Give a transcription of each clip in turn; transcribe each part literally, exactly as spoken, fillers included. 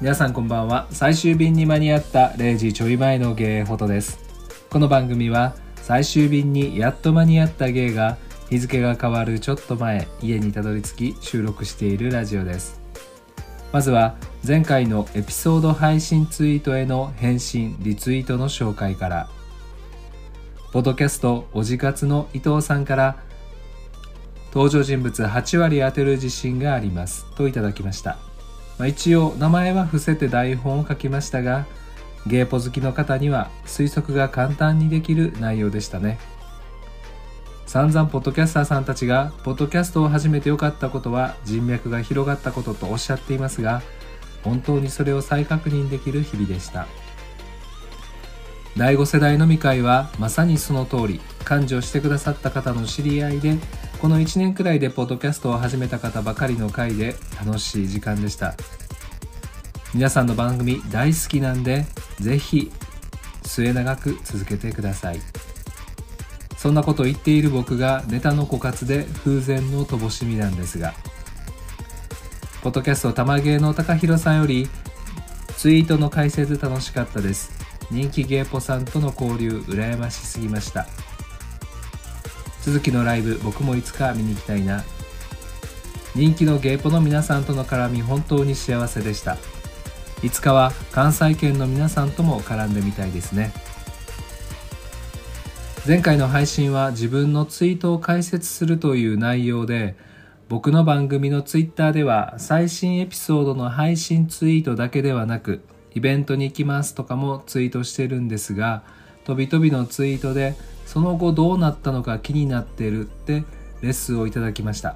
皆さんこんばんは。最終便に間に合ったれいじちょい前のゲイフォトです。この番組は最終便にやっと間に合ったゲイが日付が変わるちょっと前、家にたどり着き収録しているラジオです。まずは前回のエピソード配信ツイートへの返信リツイートの紹介から、ポッドキャストおじかつの伊藤さんから登場人物はちわり当てる自信がありますといただきました。まあ、一応名前は伏せて台本を書きましたが、ゲイポ好きの方には推測が簡単にできる内容でしたね。散々ポッドキャスターさんたちがポッドキャストを始めてよかったことは人脈が広がったこととおっしゃっていますが、本当にそれを再確認できる日々でした。だいご世代飲み会はまさにその通り、幹事をしてくださった方の知り合いで、このいちねんくらいでポッドキャストを始めた方ばかりの会で楽しい時間でした。皆さんの番組大好きなんで、ぜひ末永く続けてください。そんなことを言っている僕がネタの枯渇で風前の乏しみなんですが、ポッドキャスト玉芸の高弘さんよりツイートの解説楽しかったです。人気ゲイポさんとの交流羨ましすぎました。続きのライブ僕もいつか見に行きたいな。人気のゲイポの皆さんとの絡み本当に幸せでした。いつかは関西圏の皆さんとも絡んでみたいですね。前回の配信は自分のツイートを解説するという内容で、僕の番組のツイッターでは最新エピソードの配信ツイートだけではなく、イベントに行きますとかもツイートしてるんですが、とびとびのツイートでその後どうなったのか気になっているってレスをいただきました。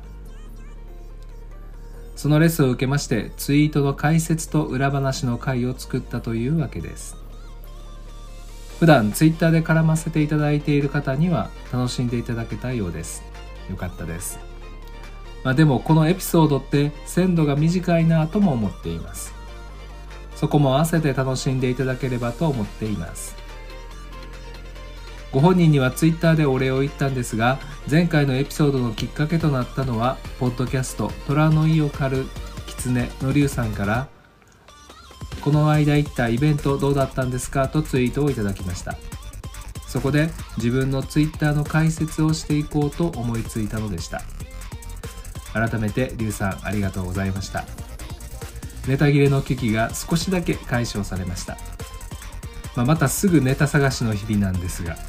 そのレスを受けましてツイートの解説と裏話の回を作ったというわけです。普段ツイッターで絡ませていただいている方には楽しんでいただけたようです。よかったです。まあでもこのエピソードって鮮度が短いなとも思っています。そこも合わせて楽しんでいただければと思っています。ご本人にはツイッターでお礼を言ったんですが、前回のエピソードのきっかけとなったのはポッドキャスト虎の意を狩る狐のりゅうさんから、この間行ったイベントどうだったんですかとツイートをいただきました。そこで自分のツイッターの解説をしていこうと思いついたのでした。改めてりゅうさんありがとうございました。ネタ切れの危機が少しだけ解消されました。まあ、またすぐネタ探しの日々なんですが、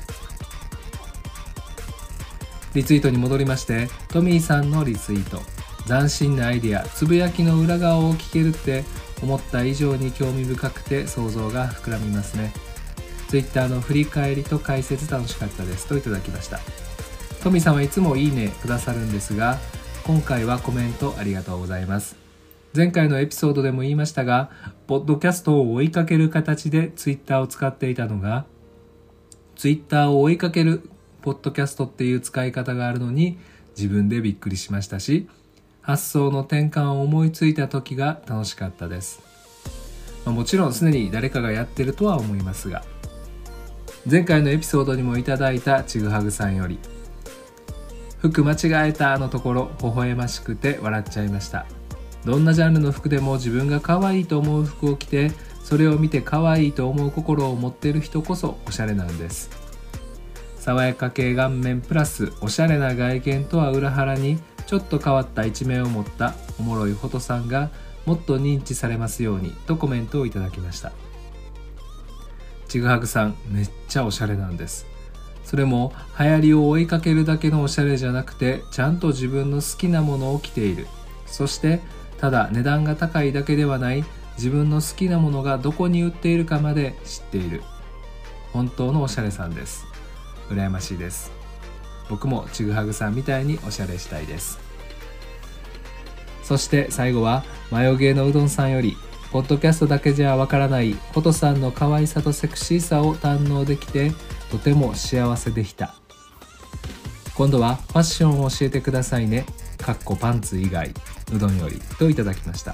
リツイートに戻りまして、トミーさんのリツイート、斬新なアイディア、つぶやきの裏側を聞けるって思った以上に興味深くて想像が膨らみますね。ツイッターの振り返りと解説楽しかったですといただきました。トミーさんはいつもいいねくださるんですが、今回はコメントありがとうございます。前回のエピソードでも言いましたが、ポッドキャストを追いかける形でツイッターを使っていたのが、ツイッターを追いかけるポッドキャストっていう使い方があるのに自分でびっくりしましたし、発想の転換を思いついた時が楽しかったです。まあ、もちろんすでに誰かがやってるとは思いますが、前回のエピソードにもいただいたちぐはぐさんより、服間違えたのところ微笑ましくて笑っちゃいました。どんなジャンルの服でも自分が可愛いと思う服を着て、それを見て可愛いと思う心を持っている人こそおしゃれなんです。爽やか系顔面プラスおしゃれな外見とは裏腹にちょっと変わった一面を持ったおもろいフォトさんがもっと認知されますようにとコメントをいただきました。ちぐはぐさんめっちゃおしゃれなんです。それも流行りを追いかけるだけのおしゃれじゃなくて、ちゃんと自分の好きなものを着ている。そしてただ値段が高いだけではない、自分の好きなものがどこに売っているかまで知っている。本当のおしゃれさんです。羨ましいです。僕もちぐはぐさんみたいにおしゃれしたいです。そして最後はマヨゲーのうどんさんより、ポッドキャストだけじゃわからないフォトさんの可愛さとセクシーさを堪能できてとても幸せでした。今度はファッションを教えてくださいね。かっこパンツ以外うどんよりといただきました。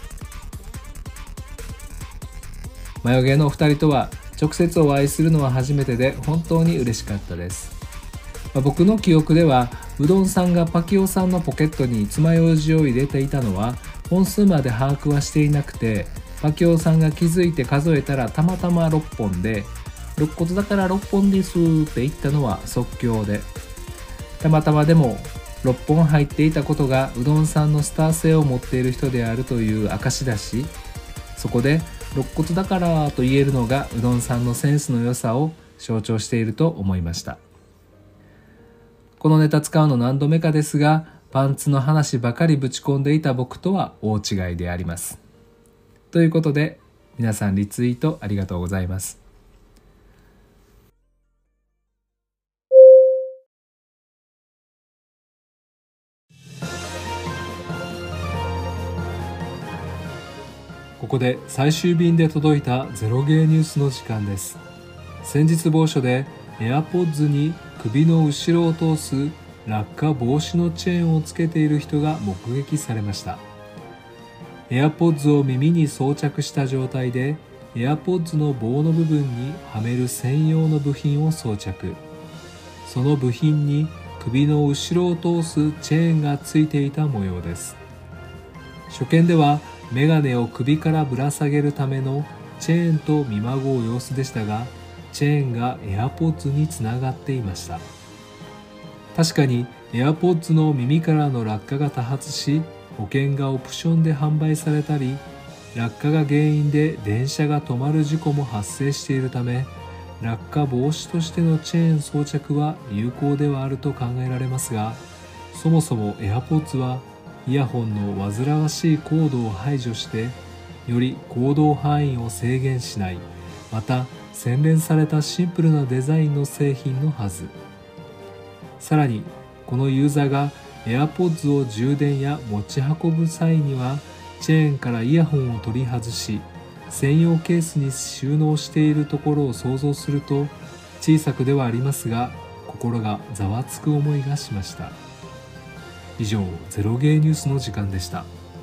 マヨゲーのお二人とは直接お会いするのは初めてで本当に嬉しかったです。まあ、僕の記憶ではうどんさんがパキオさんのポケットに爪楊枝を入れていたのは本数まで把握はしていなくて、 馬京さんが気づいて数えたらたまたまろっぽんで、肋骨だからろっぽんですって言ったのは即興で、たまたまでもろっぽん入っていたことがうどんさんのスター性を持っている人であるという証だし、そこで肋骨だからと言えるのがうどんさんのセンスの良さを象徴していると思いました。このネタ使うの何度目かですが、パンツの話ばかりぶち込んでいた僕とは大違いであります。ということで、皆さんリツイートありがとうございます。ここで最終便で届いたゼロゲーニュースの時間です。先日某所で AirPods に首の後ろを通す落下防止のチェーンをつけている人が目撃されました。AirPods を耳に装着した状態で AirPods の棒の部分にはめる専用の部品を装着。その部品に首の後ろを通すチェーンがついていた模様です。初見ではメガネを首からぶら下げるためのチェーンと見まごう様子でしたが、チェーンが AirPods につながっていました。確かに AirPods の耳からの落下が多発し、保険がオプションで販売されたり、落下が原因で電車が止まる事故も発生しているため、落下防止としてのチェーン装着は有効ではあると考えられますが、そもそも AirPods はイヤホンの煩わしいコードを排除して、より行動範囲を制限しない、また洗練されたシンプルなデザインの製品のはず。さらに、このユーザーが AirPods を充電や持ち運ぶ際には、チェーンからイヤホンを取り外し、専用ケースに収納しているところを想像すると、小さくではありますが、心がざわつく思いがしました。以上、ゼロゲーニュースの時間でした。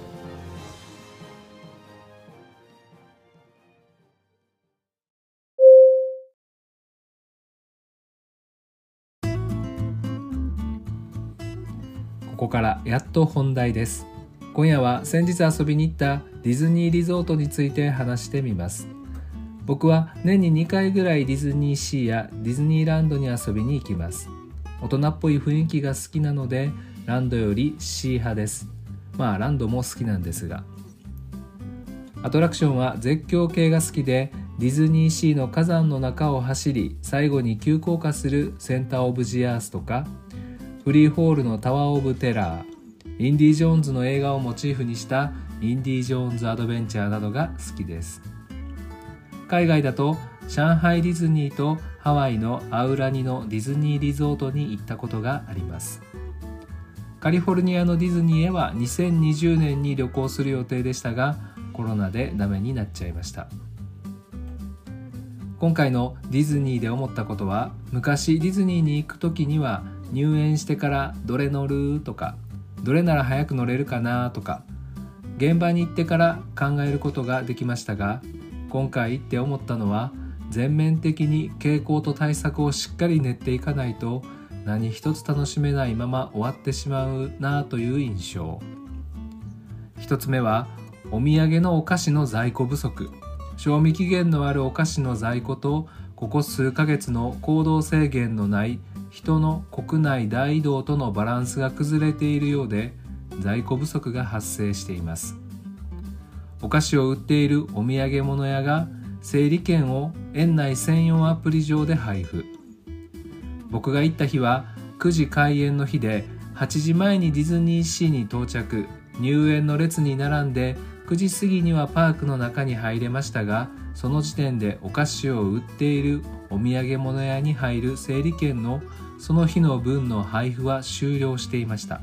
ここからやっと本題です。今夜は先日遊びに行ったディズニーリゾートについて話してみます。僕は年ににかいぐらいディズニーシーやディズニーランドに遊びに行きます。大人っぽい雰囲気が好きなので、ランドよりシー派です。まあランドも好きなんですが、アトラクションは絶叫系が好きで、ディズニーシーの火山の中を走り、最後に急降下するセンターオブジアースとか、フリーホールのタワーオブテラー、インディ・ジョーンズの映画をモチーフにしたインディ・ジョーンズ・アドベンチャーなどが好きです。海外だと上海ディズニーとハワイのアウラニのディズニーリゾートに行ったことがあります。カリフォルニアのディズニーへはにせんにじゅうねんに旅行する予定でしたが、コロナでダメになっちゃいました。今回のディズニーで思ったことは、昔ディズニーに行く時には入園してからどれ乗るとか、どれなら早く乗れるかなとか、現場に行ってから考えることができましたが、今回行って思ったのは、全面的に傾向と対策をしっかり練っていかないと何一つ楽しめないまま終わってしまうなという印象。一つ目はお土産のお菓子の在庫不足。賞味期限のあるお菓子の在庫と、ここ数ヶ月の行動制限のない人の国内大移動とのバランスが崩れているようで、在庫不足が発生しています。お菓子を売っているお土産物屋が整理券を園内専用アプリ上で配布。僕が行った日はくじ開園の日で、はちじまえにディズニーシーに到着、入園の列に並んでくじ過ぎにはパークの中に入れましたが、その時点でお菓子を売っているお土産物屋に入る整理券のその日の分の配布は終了していました。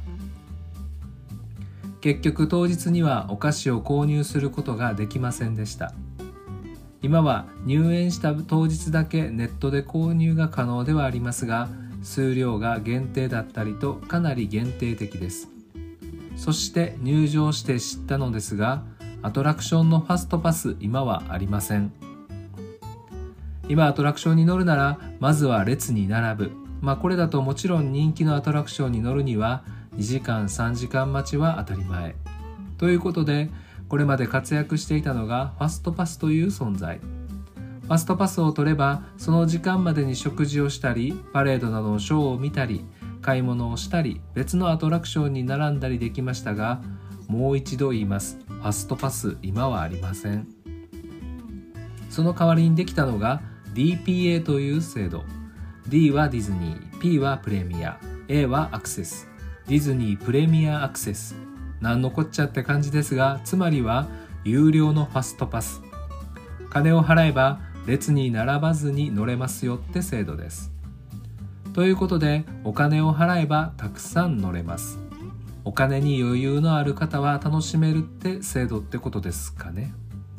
結局当日にはお菓子を購入することができませんでした。今は入園した当日だけネットで購入が可能ではありますが、数量が限定だったりとかなり限定的です。そして入場して知ったのですが、アトラクションのファストパス今はありません。今アトラクションに乗るならまずは列に並ぶ。まあこれだともちろん人気のアトラクションに乗るにはにじかんさんじかん待ちは当たり前。ということでこれまで活躍していたのがファストパスという存在。ファストパスを取ればその時間までに食事をしたり、パレードなどのショーを見たり、買い物をしたり、別のアトラクションに並んだりできましたが、もう一度言います。ファストパス今はありません。その代わりにできたのが ディーピーエー という制度。 D はディズニー、P はプレミア、A はアクセス。ディズニープレミアアクセス。なんのこっちゃって感じですが、つまりは有料のファストパス。金を払えば列に並ばずに乗れますよって制度です。ということで、お金を払えばたくさん乗れます。お金に余裕のある方は楽しめるって制度ってことですかね。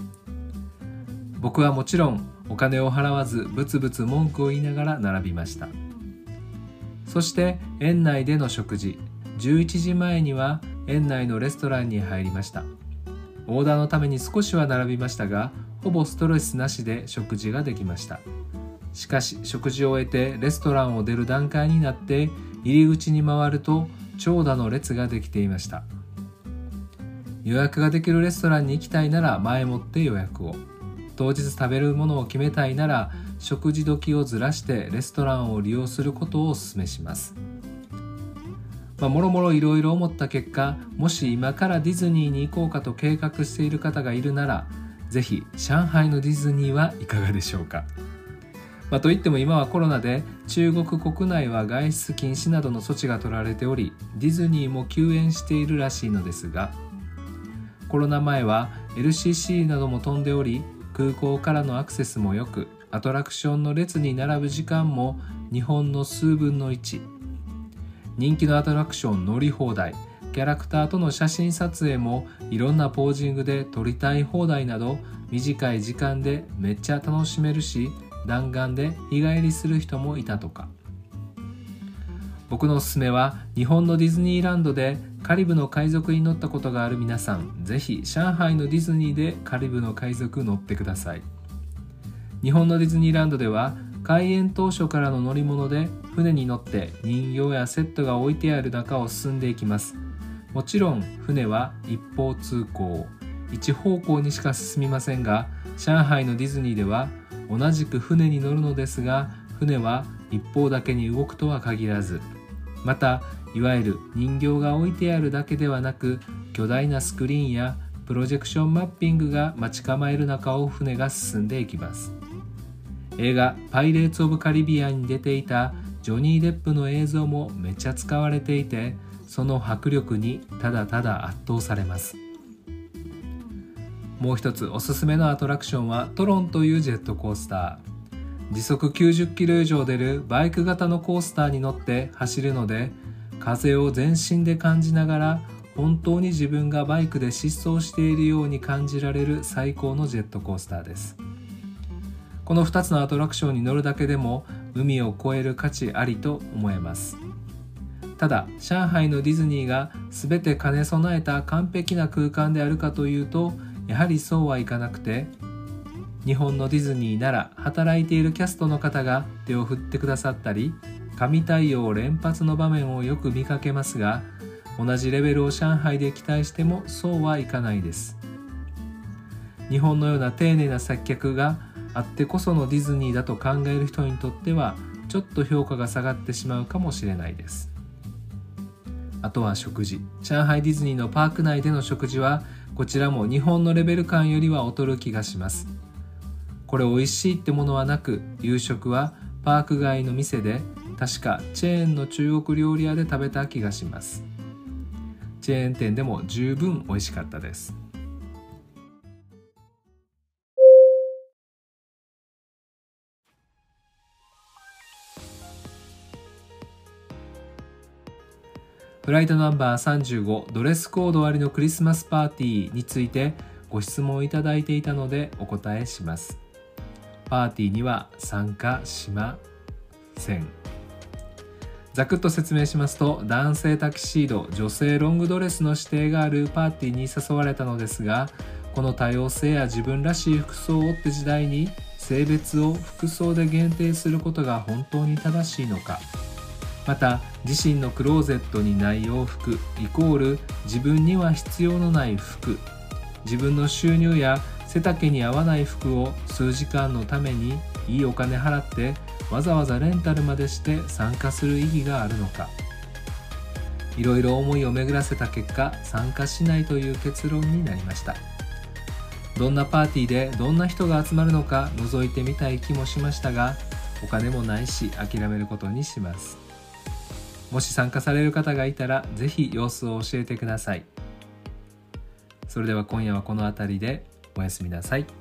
僕はもちろんお金を払わずブツブツ文句を言いながら並びました。そして園内での食事、じゅういちじまえには園内のレストランに入りました。オーダーのために少しは並びましたが、ほぼストレスなしで食事ができました。しかし食事を終えてレストランを出る段階になって入り口に回ると長蛇の列ができていました。予約ができるレストランに行きたいなら前もって予約を、当日食べるものを決めたいなら食事時をずらしてレストランを利用することをお勧めします。まあ、もろもろいろいろ思った結果、もし今からディズニーに行こうかと計画している方がいるなら、ぜひ上海のディズニーはいかがでしょうか。まあ、といっても今はコロナで中国国内は外出禁止などの措置が取られており、ディズニーも休園しているらしいのですが、コロナ前は エルシーシー なども飛んでおり、空港からのアクセスも良く、アトラクションの列に並ぶ時間も日本の数分のいち。人気のアトラクション乗り放題、キャラクターとの写真撮影もいろんなポージングで撮りたい放題など、短い時間でめっちゃ楽しめるし、弾丸で日帰りする人もいたとか。僕のおすすめは、日本のディズニーランドでカリブの海賊に乗ったことがある皆さん、ぜひ上海のディズニーでカリブの海賊乗ってください。日本のディズニーランドでは開園当初からの乗り物で船に乗って人形やセットが置いてある中を進んでいきます。もちろん船は一方通行、一方向にしか進みませんが、上海のディズニーでは同じく船に乗るのですが、船は一方だけに動くとは限らず、またいわゆる人形が置いてあるだけではなく、巨大なスクリーンやプロジェクションマッピングが待ち構える中を船が進んでいきます。映画パイレーツ・オブ・カリビアンに出ていたジョニー・デップの映像もめっちゃ使われていて、その迫力にただただ圧倒されます。もう一つおすすめのアトラクションはトロンというジェットコースター。時速きゅうじゅっキロ以上出るバイク型のコースターに乗って走るので、風を全身で感じながら本当に自分がバイクで疾走しているように感じられる最高のジェットコースターです。このふたつのアトラクションに乗るだけでも海を越える価値ありと思えます。ただ上海のディズニーが全て兼ね備えた完璧な空間であるかというと、やはりそうはいかなくて、日本のディズニーなら働いているキャストの方が手を振ってくださったり、神対応連発の場面をよく見かけますが、同じレベルを上海で期待してもそうはいかないです。日本のような丁寧な接客があってこそのディズニーだと考える人にとっては、ちょっと評価が下がってしまうかもしれないです。あとは食事。上海ディズニーのパーク内での食事は、こちらも日本のレベル感よりは劣る気がします。これ美味しいってものはなく、夕食はパーク外の店で、確かチェーンの中国料理屋で食べた気がします。チェーン店でも十分美味しかったです。フライトナンバーさんじゅうご、ドレスコードありのクリスマスパーティーについてご質問いただいていたのでお答えします。パーティーには参加しません。ざくっと説明しますと、男性タキシード、女性ロングドレスの指定があるパーティーに誘われたのですが、この多様性や自分らしい服装をって時代に性別を服装で限定することが本当に正しいのか、また自身のクローゼットにない洋服イコール自分には必要のない服自分の収入や背丈に合わない服を数時間のためにいいお金払ってわざわざレンタルまでして参加する意義があるのか。いろいろ思いを巡らせた結果、参加しないという結論になりました。どんなパーティーでどんな人が集まるのか覗いてみたい気もしましたが、お金もないし諦めることにします。もし参加される方がいたらぜひ様子を教えてください。それでは今夜はこの辺りでおやすみなさい。